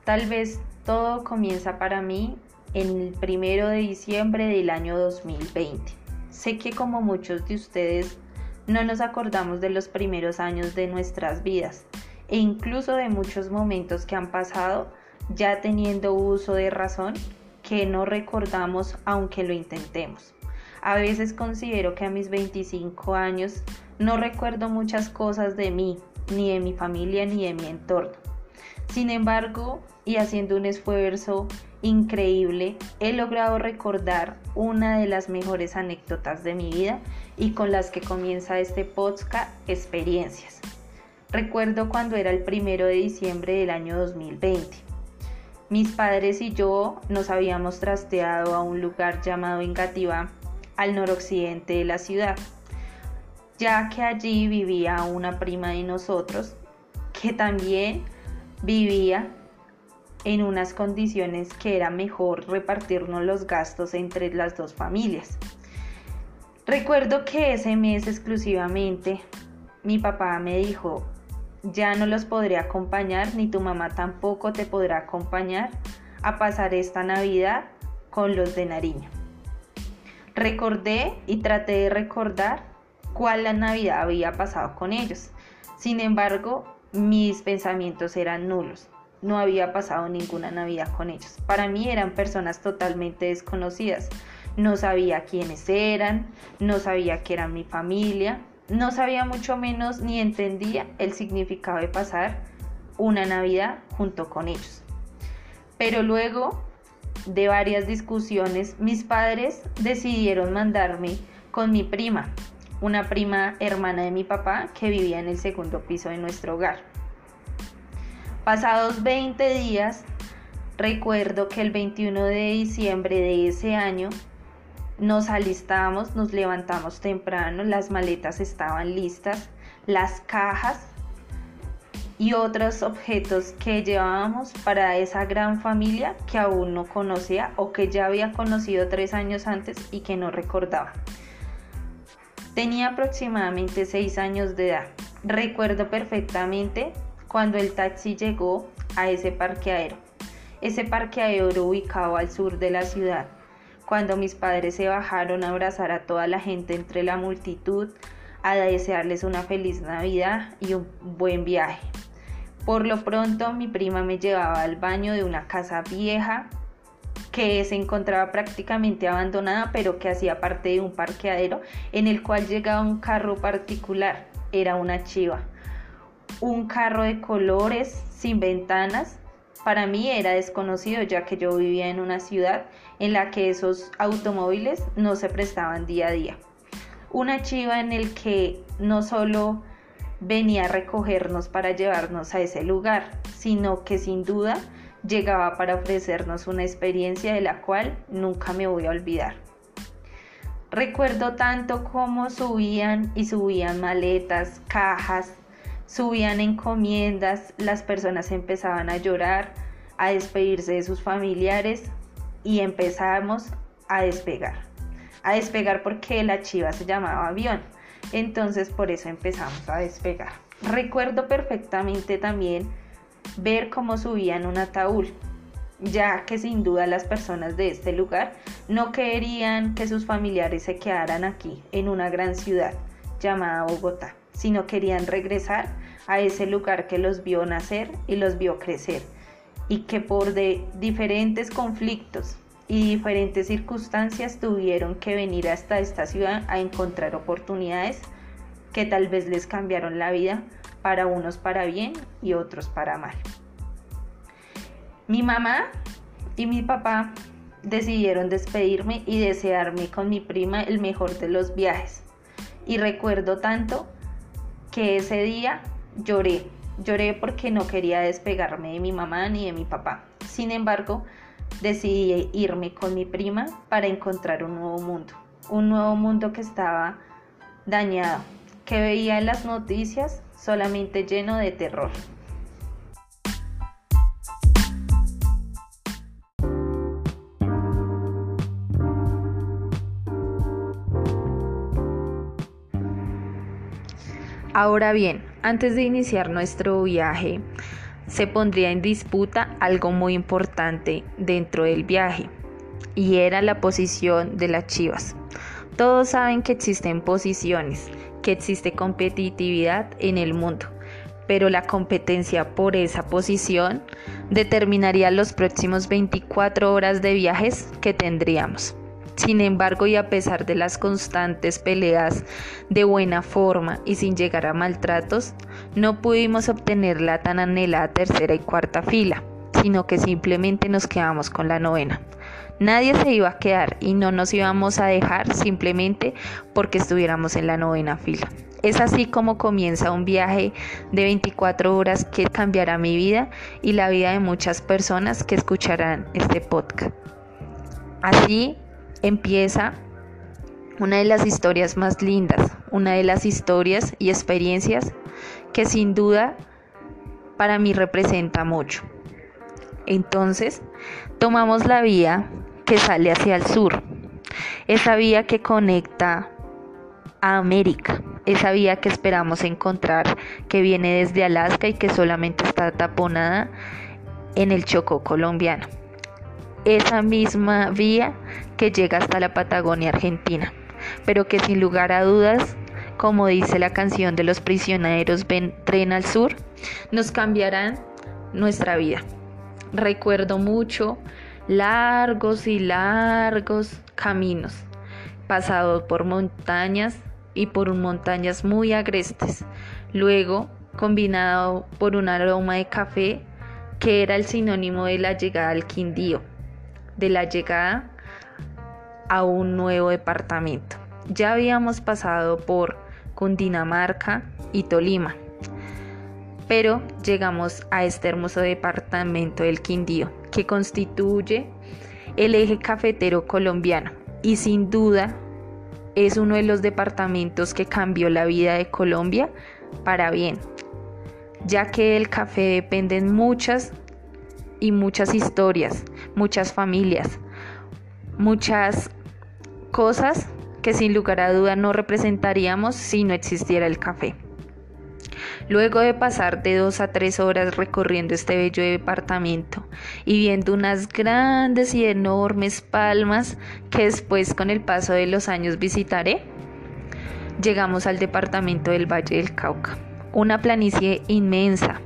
Tal vez todo comienza para mí en el 1 de diciembre del año 2020. Sé que como muchos de ustedes no nos acordamos de los primeros años de nuestras vidas e incluso de muchos momentos que han pasado ya teniendo uso de razón que no recordamos aunque lo intentemos. A veces considero que a mis 25 años no recuerdo muchas cosas de mí, ni de mi familia, ni de mi entorno. Sin embargo, y haciendo un esfuerzo increíble, he logrado recordar una de las mejores anécdotas de mi vida y con las que comienza este podcast, experiencias. Recuerdo cuando era el 1 de diciembre del año 2020. Mis padres y yo nos habíamos trasteado a un lugar llamado Engativá, al noroccidente de la ciudad, ya que allí vivía una prima de nosotros que también vivía en unas condiciones que era mejor repartirnos los gastos entre las dos familias. Recuerdo que ese mes exclusivamente mi papá me dijo: ya no los podré acompañar, ni tu mamá tampoco te podrá acompañar a pasar esta Navidad con los de Nariño. Recordé y traté de recordar cuál la Navidad había pasado con ellos. Sin embargo, mis pensamientos eran nulos. No había pasado ninguna Navidad con ellos. Para mí eran personas totalmente desconocidas. No sabía quiénes eran, no sabía que eran mi familia, no sabía mucho menos ni entendía el significado de pasar una Navidad junto con ellos. Pero luego de varias discusiones, mis padres decidieron mandarme con mi prima, una prima hermana de mi papá que vivía en el segundo piso de nuestro hogar. Pasados 20 días, recuerdo que el 21 de diciembre de ese año nos alistamos, nos levantamos temprano, las maletas estaban listas, las cajas y otros objetos que llevábamos para esa gran familia que aún no conocía o que ya había conocido 3 años antes y que no recordaba. Tenía aproximadamente 6 años de edad. Recuerdo perfectamente cuando el taxi llegó a ese parqueadero ubicado al sur de la ciudad, cuando mis padres se bajaron a abrazar a toda la gente entre la multitud, a desearles una feliz Navidad y un buen viaje. Por lo pronto, mi prima me llevaba al baño de una casa vieja que se encontraba prácticamente abandonada, pero que hacía parte de un parqueadero en el cual llegaba un carro particular. Era una Chiva, un carro de colores, sin ventanas. Para mí era desconocido, ya que yo vivía en una ciudad en la que esos automóviles no se prestaban día a día. Una Chiva en el que no solo venía a recogernos para llevarnos a ese lugar, sino que sin duda llegaba para ofrecernos una experiencia de la cual nunca me voy a olvidar. Recuerdo tanto cómo subían maletas, cajas, subían encomiendas, las personas empezaban a llorar, a despedirse de sus familiares y empezamos a despegar porque la Chiva se llamaba avión, entonces por eso empezamos a despegar. Recuerdo perfectamente también ver cómo subían un ataúd, ya que sin duda las personas de este lugar no querían que sus familiares se quedaran aquí en una gran ciudad llamada Bogotá, sino querían regresar a ese lugar que los vio nacer y los vio crecer, y que por diferentes conflictos y diferentes circunstancias tuvieron que venir hasta esta ciudad a encontrar oportunidades que tal vez les cambiaron la vida, para unos para bien y otros para mal. Mi mamá y mi papá decidieron despedirme y desearme con mi prima el mejor de los viajes. Y recuerdo tanto que ese día lloré porque no quería despegarme de mi mamá ni de mi papá. Sin embargo, decidí irme con mi prima para encontrar un nuevo mundo que estaba dañado, que veía en las noticias solamente lleno de terror. Ahora bien, antes de iniciar nuestro viaje se pondría en disputa algo muy importante dentro del viaje, y era la posición de las chivas. Todos saben que existen posiciones, que existe competitividad en el mundo, pero la competencia por esa posición determinaría los próximos 24 horas de viajes que tendríamos. Sin embargo, y a pesar de las constantes peleas de buena forma y sin llegar a maltratos, no pudimos obtener la tan anhelada tercera y cuarta fila, sino que simplemente nos quedamos con la novena. Nadie se iba a quedar y no nos íbamos a dejar simplemente porque estuviéramos en la novena fila. Es así como comienza un viaje de 24 horas que cambiará mi vida y la vida de muchas personas que escucharán este podcast. Así empieza una de las historias más lindas, una de las historias y experiencias que sin duda para mí representa mucho. Entonces, tomamos la vía que sale hacia el sur, esa vía que conecta a América, esa vía que esperamos encontrar, que viene desde Alaska y que solamente está taponada en el Chocó colombiano. Esa misma vía que llega hasta la Patagonia Argentina, pero que sin lugar a dudas, como dice la canción de Los Prisioneros, ven tren al sur, nos cambiarán nuestra vida. Recuerdo mucho largos y largos caminos, pasados por montañas y por montañas muy agrestes, luego combinado por un aroma de café que era el sinónimo de la llegada al Quindío, de la llegada a un nuevo departamento. Ya habíamos pasado por Cundinamarca y Tolima, pero llegamos a este hermoso departamento del Quindío, que constituye el eje cafetero colombiano y sin duda es uno de los departamentos que cambió la vida de Colombia para bien, ya que del café dependen muchas historias, muchas familias, muchas cosas que sin lugar a duda no representaríamos si no existiera el café. Luego de pasar de 2 a 3 horas recorriendo este bello departamento y viendo unas grandes y enormes palmas que después con el paso de los años visitaré, llegamos al departamento del Valle del Cauca, una planicie inmensa,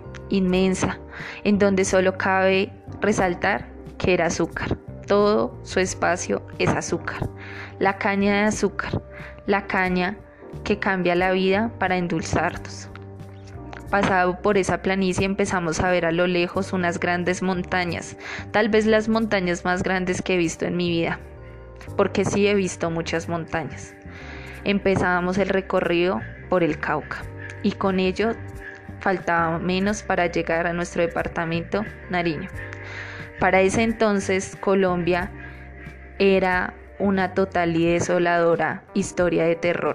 en donde solo cabe resaltar que era azúcar. Todo su espacio es azúcar. La caña de azúcar, la caña que cambia la vida para endulzarnos. Pasado por esa planicie empezamos a ver a lo lejos unas grandes montañas, tal vez las montañas más grandes que he visto en mi vida, porque sí he visto muchas montañas. Empezábamos el recorrido por el Cauca y con ello faltaba menos para llegar a nuestro departamento Nariño. Para ese entonces Colombia era una total y desoladora historia de terror.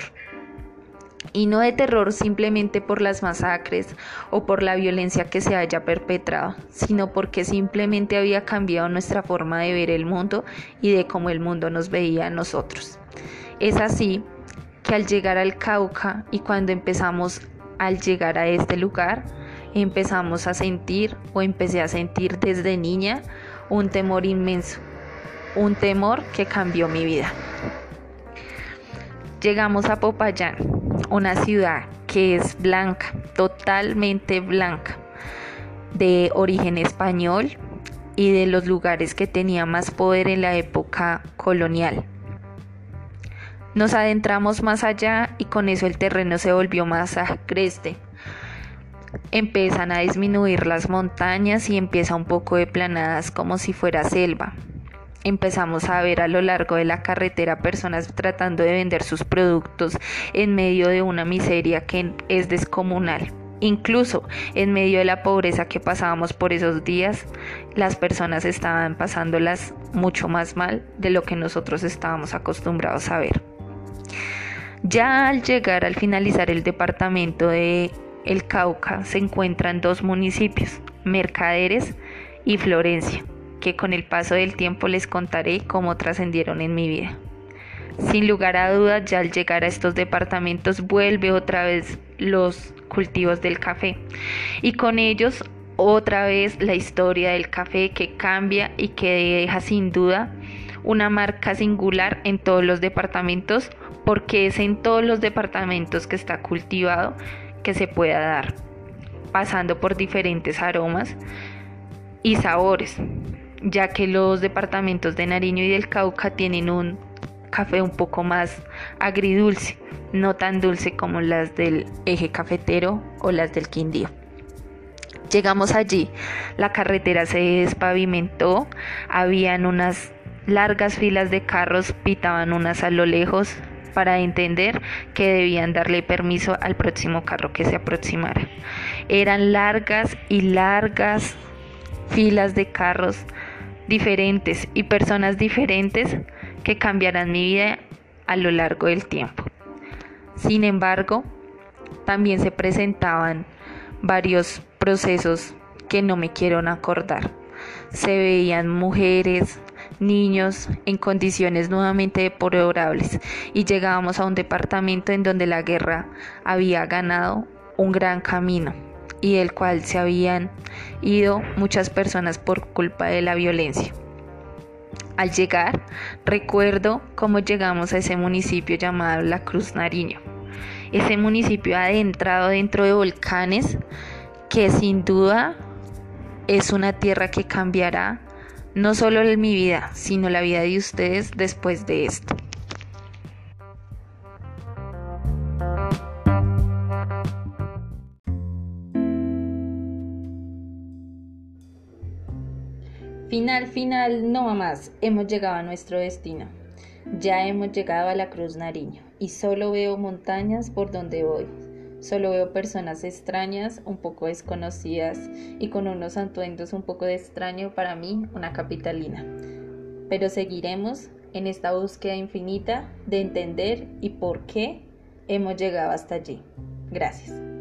Y no de terror simplemente por las masacres o por la violencia que se haya perpetrado, sino porque simplemente había cambiado nuestra forma de ver el mundo y de cómo el mundo nos veía a nosotros. Es así que al llegar al Cauca y cuando al llegar a este lugar, empezamos a sentir o empecé a sentir desde niña un temor inmenso, un temor que cambió mi vida. Llegamos a Popayán, una ciudad que es blanca, totalmente blanca, de origen español y de los lugares que tenía más poder en la época colonial. Nos adentramos más allá y con eso el terreno se volvió más agreste. Empiezan a disminuir las montañas y empieza un poco de planadas como si fuera selva. Empezamos a ver a lo largo de la carretera personas tratando de vender sus productos en medio de una miseria que es descomunal. Incluso en medio de la pobreza que pasábamos por esos días, las personas estaban pasándolas mucho más mal de lo que nosotros estábamos acostumbrados a ver. Ya al finalizar el departamento de El Cauca se encuentran 2 municipios, Mercaderes y Florencia, que con el paso del tiempo les contaré cómo trascendieron en mi vida. Sin lugar a dudas, ya al llegar a estos departamentos vuelve otra vez los cultivos del café y con ellos otra vez la historia del café que cambia y que deja sin duda una marca singular en todos los departamentos, porque es en todos los departamentos que está cultivado que se pueda dar, pasando por diferentes aromas y sabores, ya que los departamentos de Nariño y del Cauca tienen un café un poco más agridulce, no tan dulce como las del eje cafetero o las del Quindío. Llegamos allí, la carretera se despavimentó, habían unas largas filas de carros, pitaban unas a lo lejos para entender que debían darle permiso al próximo carro que se aproximara. Eran largas y largas filas de carros diferentes y personas diferentes que cambiarán mi vida a lo largo del tiempo. Sin embargo, también se presentaban varios procesos que no me quiero acordar. Se veían mujeres, niños en condiciones nuevamente deplorables y llegábamos a un departamento en donde la guerra había ganado un gran camino y del cual se habían ido muchas personas por culpa de la violencia. Al llegar, recuerdo cómo llegamos a ese municipio llamado La Cruz Nariño. Ese municipio adentrado dentro de volcanes que sin duda es una tierra que cambiará no solo mi vida, sino la vida de ustedes después de esto. Final, no más, hemos llegado a nuestro destino. Ya hemos llegado a La Cruz Nariño y solo veo montañas por donde voy. Solo veo personas extrañas, un poco desconocidas y con unos atuendos un poco de extraño para mí, una capitalina. Pero seguiremos en esta búsqueda infinita de entender y por qué hemos llegado hasta allí. Gracias.